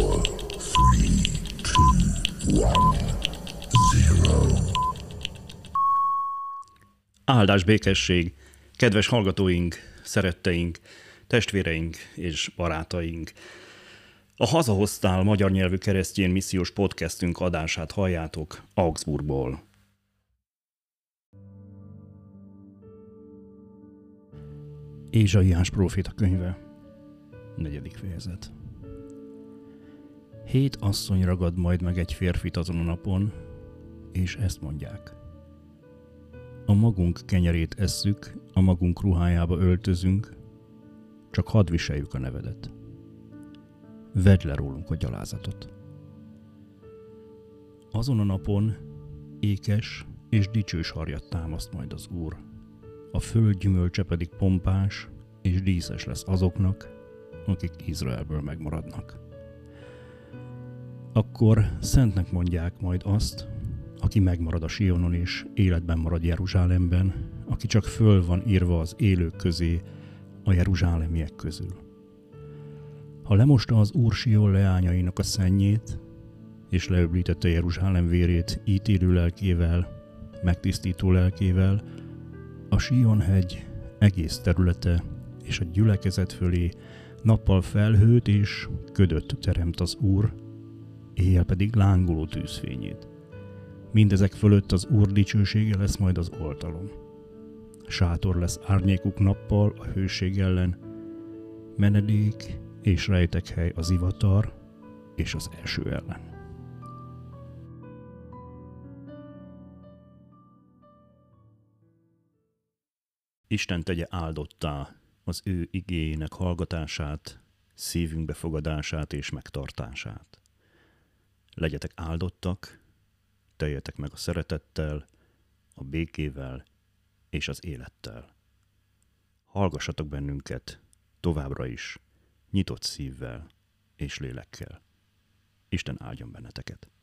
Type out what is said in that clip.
Áldás békesség, kedves hallgatóink, szeretteink, testvéreink és barátaink! A Hazahoztál magyar nyelvű keresztény missziós podcastünk adását halljátok Augsburgból. Ézsaiás próféta könyve, 4. fejezet. 7 asszony ragad majd meg egy férfit azon a napon, és ezt mondják. A magunk kenyerét esszük, a magunk ruhájába öltözünk, csak hadd viseljük a nevedet. Vedd le rólunk a gyalázatot. Azon a napon ékes és dicsős harjat támaszt majd az Úr. A föld gyümölcse pedig pompás és díszes lesz azoknak, akik Izraelből megmaradnak. Akkor szentnek mondják majd azt, aki megmarad a Sionon és életben marad Jeruzsálemben, aki csak föl van írva az élők közé a jeruzsálemiek közül. Ha lemosta az Úr Sion leányainak a szennyét, és leöblítette Jeruzsálem vérét ítélő lelkével, megtisztító lelkével, a Sion-hegy egész területe és a gyülekezet fölé nappal felhőt és ködöt teremt az Úr, éjjel pedig lángoló tűzfényét. Mindezek fölött az Úr dicsősége lesz majd az oltalom. Sátor lesz árnyékuk nappal a hőség ellen, menedék és rejtekhely az ivatar és az eső ellen. Isten tegye áldottá az ő igéjének hallgatását, szívünk befogadását és megtartását. Legyetek áldottak, teljetek meg a szeretettel, a békével és az élettel. Hallgassatok bennünket továbbra is, nyitott szívvel és lélekkel. Isten áldjon benneteket!